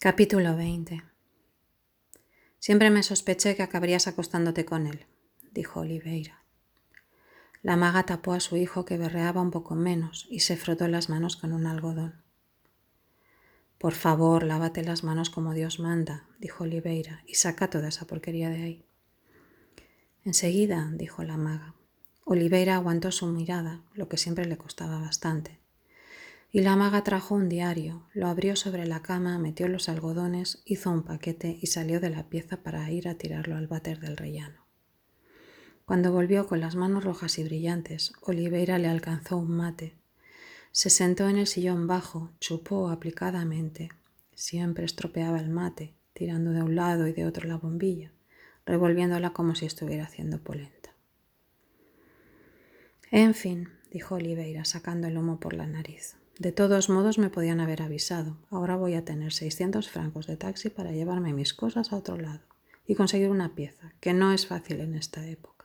Capítulo 20. Siempre me sospeché que acabarías acostándote con él, dijo Oliveira. La maga tapó a su hijo, que berreaba un poco menos, y se frotó las manos con un algodón. Por favor, lávate las manos como Dios manda, dijo Oliveira, y saca toda esa porquería de ahí. Enseguida, dijo la maga. Oliveira aguantó su mirada, lo que siempre le costaba bastante. Y la maga trajo un diario, lo abrió sobre la cama, metió los algodones, hizo un paquete y salió de la pieza para ir a tirarlo al váter del rellano. Cuando volvió con las manos rojas y brillantes, Oliveira le alcanzó un mate. Se sentó en el sillón bajo, chupó aplicadamente. Siempre estropeaba el mate, tirando de un lado y de otro la bombilla, revolviéndola como si estuviera haciendo polenta. En fin, dijo Oliveira, sacando el humo por la nariz. De todos modos me podían haber avisado. Ahora voy a tener 600 francos de taxi para llevarme mis cosas a otro lado y conseguir una pieza, que no es fácil en esta época.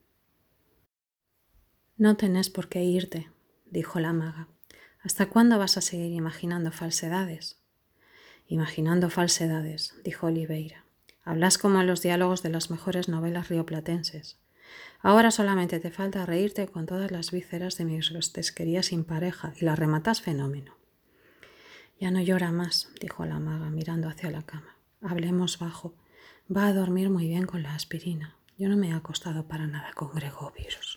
No tenés por qué irte, dijo la maga. ¿Hasta cuándo vas a seguir imaginando falsedades? Imaginando falsedades, dijo Oliveira. Hablas como en los diálogos de las mejores novelas rioplatenses. Ahora solamente te falta reírte con todas las vísceras de mi grotesquería sin pareja y la rematas fenómeno. Ya no llora más, dijo la maga mirando hacia la cama. Hablemos bajo. Va a dormir muy bien con la aspirina. Yo no me he acostado para nada con Gregorius.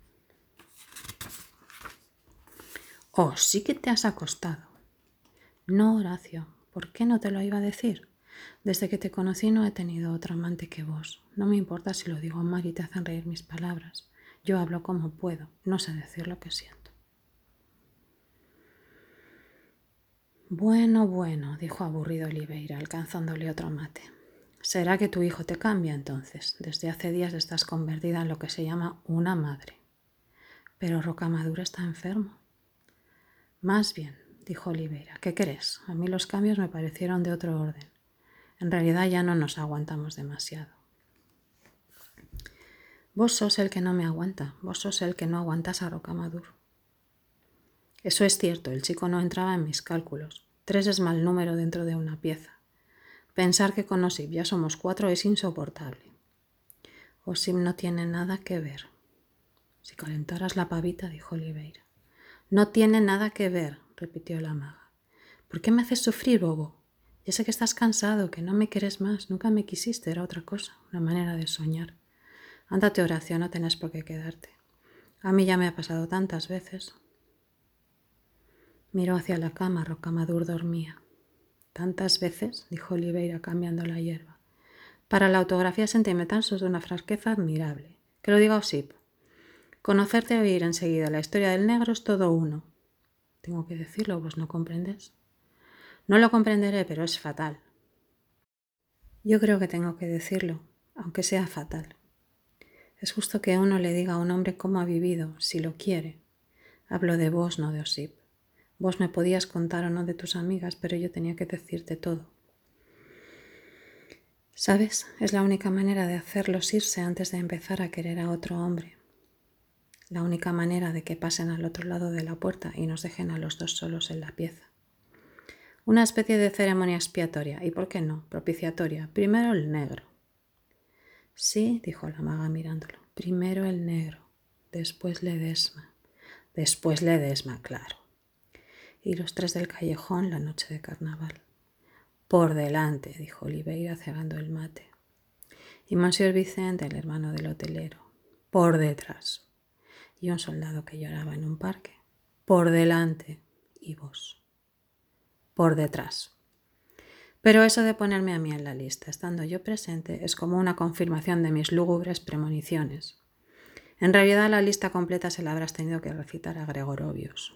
Oh, sí que te has acostado. No, Horacio, ¿por qué no te lo iba a decir? Desde que te conocí no he tenido otro amante que vos. No me importa si lo digo mal y te hacen reír mis palabras. Yo hablo como puedo, no sé decir lo que siento. Bueno, dijo aburrido Oliveira, alcanzándole otro mate. ¿Será que tu hijo te cambia entonces? Desde hace días estás convertida en lo que se llama una madre. Pero Rocamadura está enfermo. Más bien, dijo Oliveira, ¿qué crees? A mí los cambios me parecieron de otro orden. En realidad ya no nos aguantamos demasiado. Vos sos el que no me aguanta, vos sos el que no aguantas a Rocamadour. Eso es cierto, el chico no entraba en mis cálculos. 3 es mal número dentro de una pieza. Pensar que con Osip ya somos 4 es insoportable. Osip no tiene nada que ver. Si calentaras la pavita, dijo Oliveira. No tiene nada que ver, repitió la maga. ¿Por qué me haces sufrir, bobo? Ya sé que estás cansado, que no me quieres más, nunca me quisiste, era otra cosa, una manera de soñar. Ándate, Horacio, no tenés por qué quedarte. A mí ya me ha pasado tantas veces. Miró hacia la cama, Rocamadour dormía. ¿Tantas veces? Dijo Oliveira, cambiando la hierba. Para la autografía sentimental sos de una franqueza admirable. Que lo diga Osip. Conocerte y oír enseguida la historia del negro es todo uno. Tengo que decirlo, vos no comprendes. No lo comprenderé, pero es fatal. Yo creo que tengo que decirlo, aunque sea fatal. Es justo que uno le diga a un hombre cómo ha vivido, si lo quiere. Hablo de vos, no de Osip. Vos me podías contar o no de tus amigas, pero yo tenía que decirte todo. ¿Sabes? Es la única manera de hacerlos irse antes de empezar a querer a otro hombre. La única manera de que pasen al otro lado de la puerta y nos dejen a los dos solos en la pieza. Una especie de ceremonia expiatoria, y ¿por qué no? Propiciatoria. Primero el negro. Sí, dijo la maga mirándolo. Primero el negro, después Ledesma. Después Ledesma, claro. Y los 3 del callejón la noche de carnaval. Por delante, dijo Oliveira, cegando el mate. Y Monsieur Vicente, el hermano del hotelero. Por detrás. Y un soldado que lloraba en un parque. Por delante. Y vos. Por detrás. Pero eso de ponerme a mí en la lista, estando yo presente, es como una confirmación de mis lúgubres premoniciones. En realidad la lista completa se la habrás tenido que recitar a Gregorovius.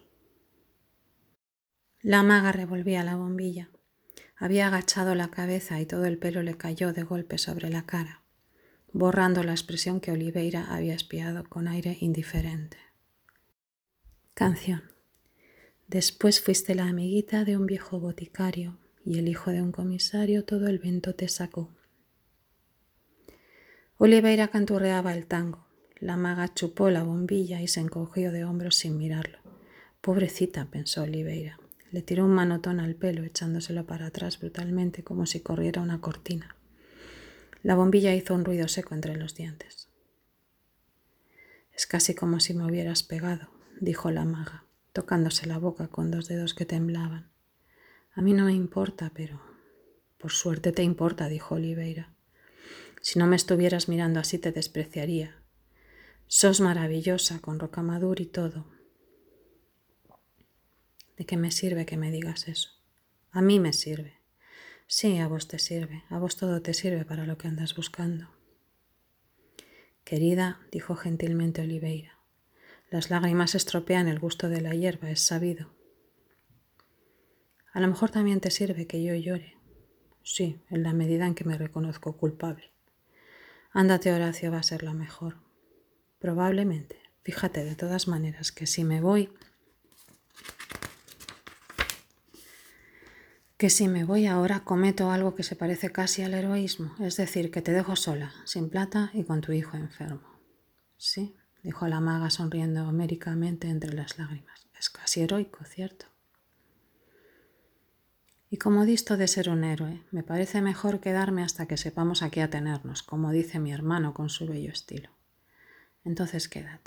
La maga revolvía la bombilla. Había agachado la cabeza y todo el pelo le cayó de golpe sobre la cara, borrando la expresión que Oliveira había espiado con aire indiferente. Canción. Después fuiste la amiguita de un viejo boticario y el hijo de un comisario todo el viento te sacó. Oliveira canturreaba el tango. La maga chupó la bombilla y se encogió de hombros sin mirarlo. Pobrecita, pensó Oliveira. Le tiró un manotón al pelo, echándoselo para atrás brutalmente, como si corriera una cortina. La bombilla hizo un ruido seco entre los dientes. «Es casi como si me hubieras pegado», dijo la maga, tocándose la boca con 2 dedos que temblaban. «A mí no me importa, pero...» «Por suerte te importa», dijo Oliveira. «Si no me estuvieras mirando así te despreciaría. Sos maravillosa, con Rocamadour y todo». «¿De qué me sirve que me digas eso?» «A mí me sirve». «Sí, a vos te sirve. A vos todo te sirve para lo que andas buscando». «Querida», dijo gentilmente Oliveira, «las lágrimas estropean el gusto de la hierba, es sabido». «A lo mejor también te sirve que yo llore». «Sí, en la medida en que me reconozco culpable». «Ándate, Horacio, va a ser lo mejor». «Probablemente. Fíjate de todas maneras que si me voy ahora cometo algo que se parece casi al heroísmo, es decir, que te dejo sola, sin plata y con tu hijo enfermo». «Sí», dijo la maga sonriendo homéricamente entre las lágrimas. «Es casi heroico, ¿cierto?» «Y como disto de ser un héroe, me parece mejor quedarme hasta que sepamos a qué atenernos, como dice mi hermano con su bello estilo. Entonces quédate».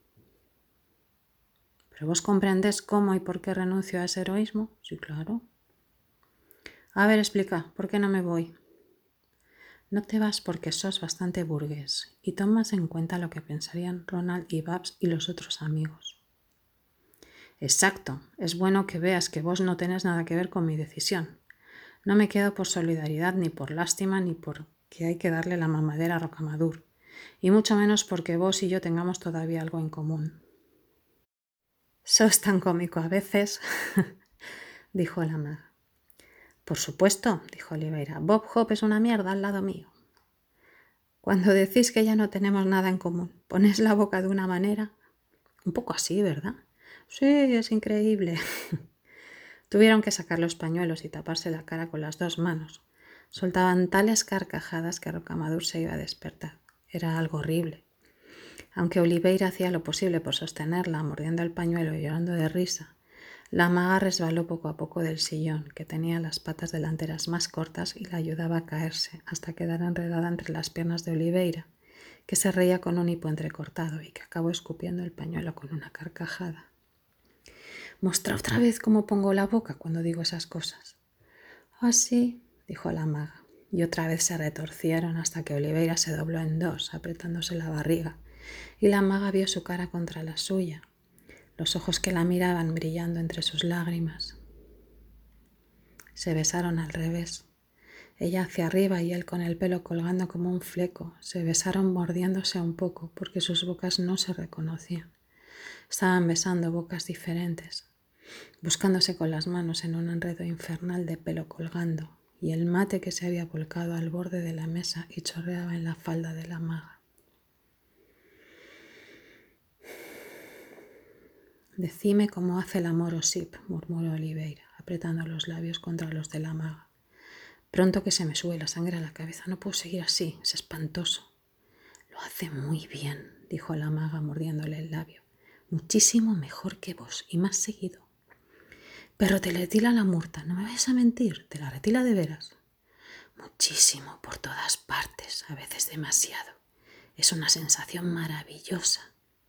«¿Pero vos comprendés cómo y por qué renuncio a ese heroísmo?» «Sí, claro». «A ver, explica, ¿por qué no me voy?» «No te vas porque sos bastante burgués y tomas en cuenta lo que pensarían Ronald y Babs y los otros amigos». «Exacto. Es bueno que veas que vos no tenés nada que ver con mi decisión. No me quedo por solidaridad, ni por lástima, ni por que hay que darle la mamadera a Rocamadour, y mucho menos porque vos y yo tengamos todavía algo en común». «Sos tan cómico a veces», dijo la maga. «Por supuesto», dijo Oliveira. «Bob Hope es una mierda al lado mío». «Cuando decís que ya no tenemos nada en común, ponéis la boca de una manera...» «Un poco así, ¿verdad?» «Sí, es increíble». Tuvieron que sacar los pañuelos y taparse la cara con las 2 manos. Soltaban tales carcajadas que Rocamadour se iba a despertar. Era algo horrible. Aunque Oliveira hacía lo posible por sostenerla, mordiendo el pañuelo y llorando de risa, la maga resbaló poco a poco del sillón, que tenía las patas delanteras más cortas, y la ayudaba a caerse hasta quedar enredada entre las piernas de Oliveira, que se reía con un hipo entrecortado y que acabó escupiendo el pañuelo con una carcajada. «Mostra otra vez cómo pongo la boca cuando digo esas cosas». «Ah, sí», dijo la maga, y otra vez se retorcieron hasta que Oliveira se dobló en 2, apretándose la barriga, y la maga vio su cara contra la suya, los ojos que la miraban brillando entre sus lágrimas. Se besaron al revés, ella hacia arriba y él con el pelo colgando como un fleco. Se besaron mordiéndose un poco porque sus bocas no se reconocían. Estaban besando bocas diferentes, buscándose con las manos en un enredo infernal de pelo colgando, y el mate que se había volcado al borde de la mesa y chorreaba en la falda de la maga. «Decime cómo hace el amor Osip», murmuró Oliveira, apretando los labios contra los de la maga. «Pronto que se me sube la sangre a la cabeza. No puedo seguir así. Es espantoso». «Lo hace muy bien», dijo la maga mordiéndole el labio. «Muchísimo mejor que vos y más seguido». «Pero te retila la murta. No me vayas a mentir. Te la retila de veras». «Muchísimo, por todas partes. A veces demasiado. Es una sensación maravillosa».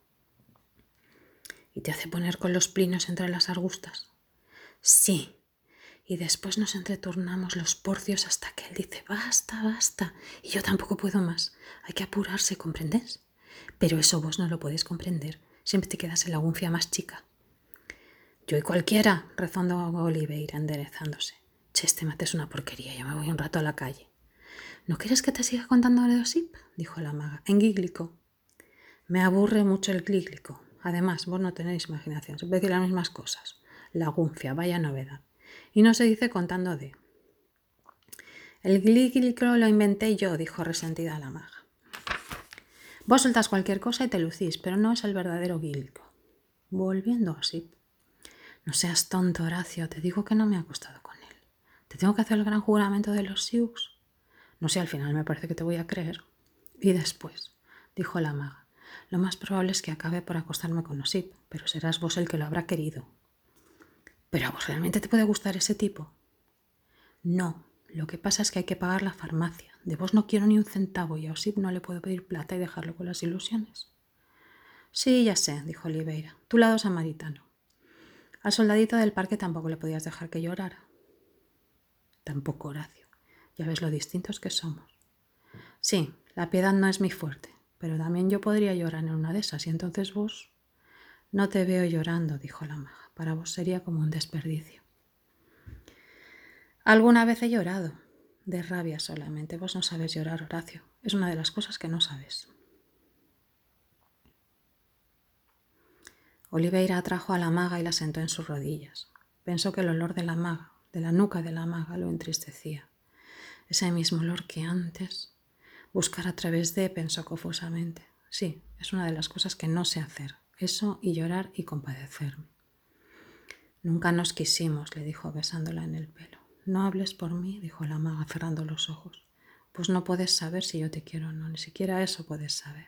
«¿Y te hace poner con los plinos entre las argustas?» «Sí. Y después nos entreturnamos los porcios hasta que él dice basta, basta, y yo tampoco puedo más. Hay que apurarse, ¿comprendes? Pero eso vos no lo podéis comprender. Siempre te quedas en la gunfia más chica». «Yo y cualquiera», rezongó Oliveira, enderezándose. «Che, este mate es una porquería. Yo me voy un rato a la calle». «¿No quieres que te siga contando de Osip?», dijo la maga. «En gíglico». «Me aburre mucho el glíglico. Además, vos no tenéis imaginación. Se puede decir las mismas cosas. La gunfia, vaya novedad. Y no se dice contando de...». «El glíglico lo inventé yo», dijo resentida la maga. «Vos soltás cualquier cosa y te lucís, pero no es el verdadero glíglico». Volviendo así. «No seas tonto, Horacio. Te digo que no me he acostado con él. ¿Te tengo que hacer el gran juramento de los Sioux?» «No sé, al final me parece que te voy a creer». «Y después», dijo la maga, «lo más probable es que acabe por acostarme con Osip, pero serás vos el que lo habrá querido». ¿Pero a vos realmente te puede gustar ese tipo? No, lo que pasa es que hay que pagar la farmacia. De vos no quiero ni un centavo y a Osip no le puedo pedir plata y dejarlo con las ilusiones. Sí, ya sé, dijo Oliveira, tu lado samaritano. Al soldadito del parque tampoco le podías dejar que llorara. Tampoco, Horacio. Ya ves lo distintos que somos. Sí, la piedad no es mi fuerte, pero también yo podría llorar en una de esas y entonces vos... No te veo llorando, dijo la maga. Para vos sería como un desperdicio. Alguna vez he llorado, de rabia solamente. Vos no sabes llorar, Horacio. Es una de las cosas que no sabes. Oliveira atrajo a la maga y la sentó en sus rodillas. Pensó que el olor de la maga, de la nuca de la maga, lo entristecía. Ese mismo olor que antes. Buscar a través de, pensó confusamente. Sí, es una de las cosas que no sé hacer. Eso y llorar y compadecerme. Nunca nos quisimos, le dijo besándola en el pelo. No hables por mí, dijo la maga cerrando los ojos. Pues no puedes saber si yo te quiero o no, ni siquiera eso puedes saber.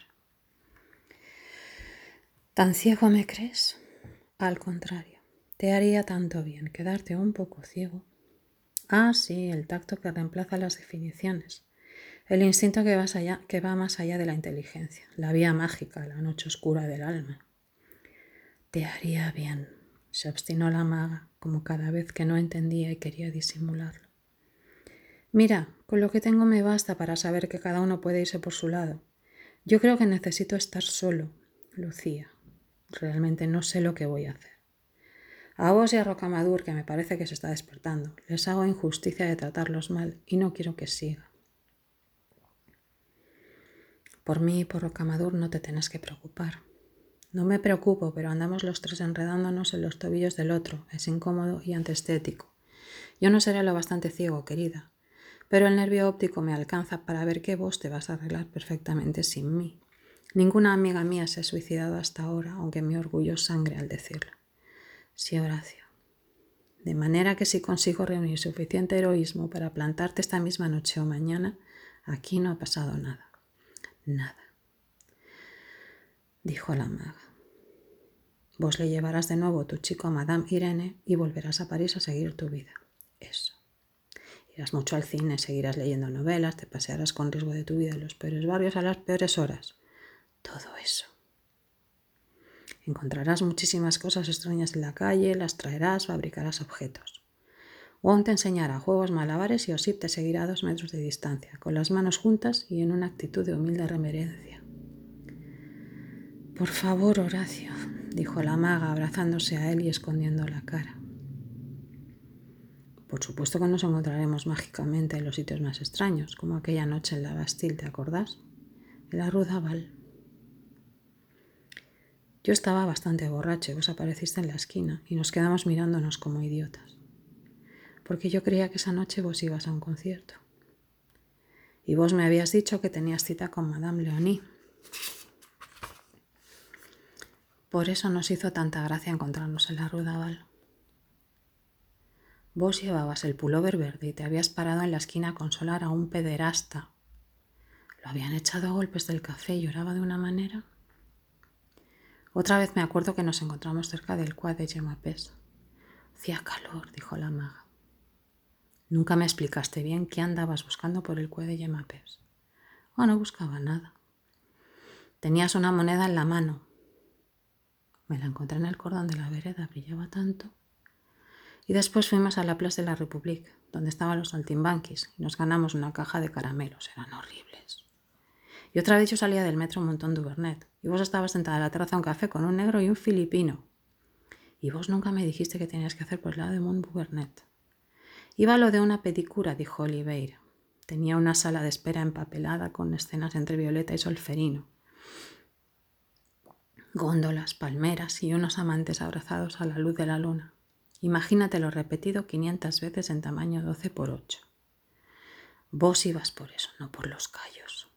¿Tan ciego me crees? Al contrario, te haría tanto bien quedarte un poco ciego. Ah, sí, el tacto que reemplaza las definiciones. El instinto que va más allá de la inteligencia, la vía mágica, la noche oscura del alma. Te haría bien, se obstinó la maga, como cada vez que no entendía y quería disimularlo. Mira, con lo que tengo me basta para saber que cada uno puede irse por su lado. Yo creo que necesito estar solo, Lucía. Realmente no sé lo que voy a hacer. A vos y a Rocamadour, que me parece que se está despertando, les hago injusticia de tratarlos mal y no quiero que siga. Por mí y por Rocamadour no te tenés que preocupar. No me preocupo, pero andamos los tres enredándonos en los tobillos del otro. Es incómodo y antiestético. Yo no seré lo bastante ciego, querida, pero el nervio óptico me alcanza para ver que vos te vas a arreglar perfectamente sin mí. Ninguna amiga mía se ha suicidado hasta ahora, aunque mi orgullo sangre al decirlo. Sí, Horacio. De manera que si consigo reunir suficiente heroísmo para plantarte esta misma noche o mañana, aquí no ha pasado nada. Nada. Dijo la maga. Vos le llevarás de nuevo tu chico a Madame Irene y volverás a París a seguir tu vida. Eso. Irás mucho al cine, seguirás leyendo novelas, te pasearás con riesgo de tu vida en los peores barrios a las peores horas. Todo eso. Encontrarás muchísimas cosas extrañas en la calle, las traerás, fabricarás objetos. Wong te enseñará juegos malabares y Osip te seguirá a 2 metros de distancia, con las manos juntas y en una actitud de humilde reverencia. Por favor, Horacio, dijo la maga, abrazándose a él y escondiendo la cara. Por supuesto que nos encontraremos mágicamente en los sitios más extraños, como aquella noche en la Bastille, ¿te acordás? En la Rue d'Aval. Yo estaba bastante borracho y vos apareciste en la esquina y nos quedamos mirándonos como idiotas. Porque yo creía que esa noche vos ibas a un concierto. Y vos me habías dicho que tenías cita con Madame Leonie. Por eso nos hizo tanta gracia encontrarnos en la Rue d'Aval. Vos llevabas el pullover verde y te habías parado en la esquina a consolar a un pederasta. Lo habían echado a golpes del café y lloraba de una manera. Otra vez me acuerdo que nos encontramos cerca del Quai de Jemmapes. Hacía calor, dijo la maga. Nunca me explicaste bien qué andabas buscando por el Quai de Jemmapes. Oh, no buscaba nada. Tenías una moneda en la mano. Me la encontré en el cordón de la vereda, brillaba tanto. Y después fuimos a la Place de la République, donde estaban los saltimbanquis, y nos ganamos una caja de caramelos. Eran horribles. Y otra vez yo salía del metro un montón de Duvernet, y vos estabas sentada en la terraza de un café con un negro y un filipino. Y vos nunca me dijiste qué tenías que hacer por el lado de Montbuvernet. Iba a lo de una pedicura, dijo Oliveira. Tenía una sala de espera empapelada con escenas entre Violeta y Solferino. Góndolas, palmeras y unos amantes abrazados a la luz de la luna. Imagínatelo repetido 500 veces en tamaño 12 por 8. Vos ibas por eso, no por los callos.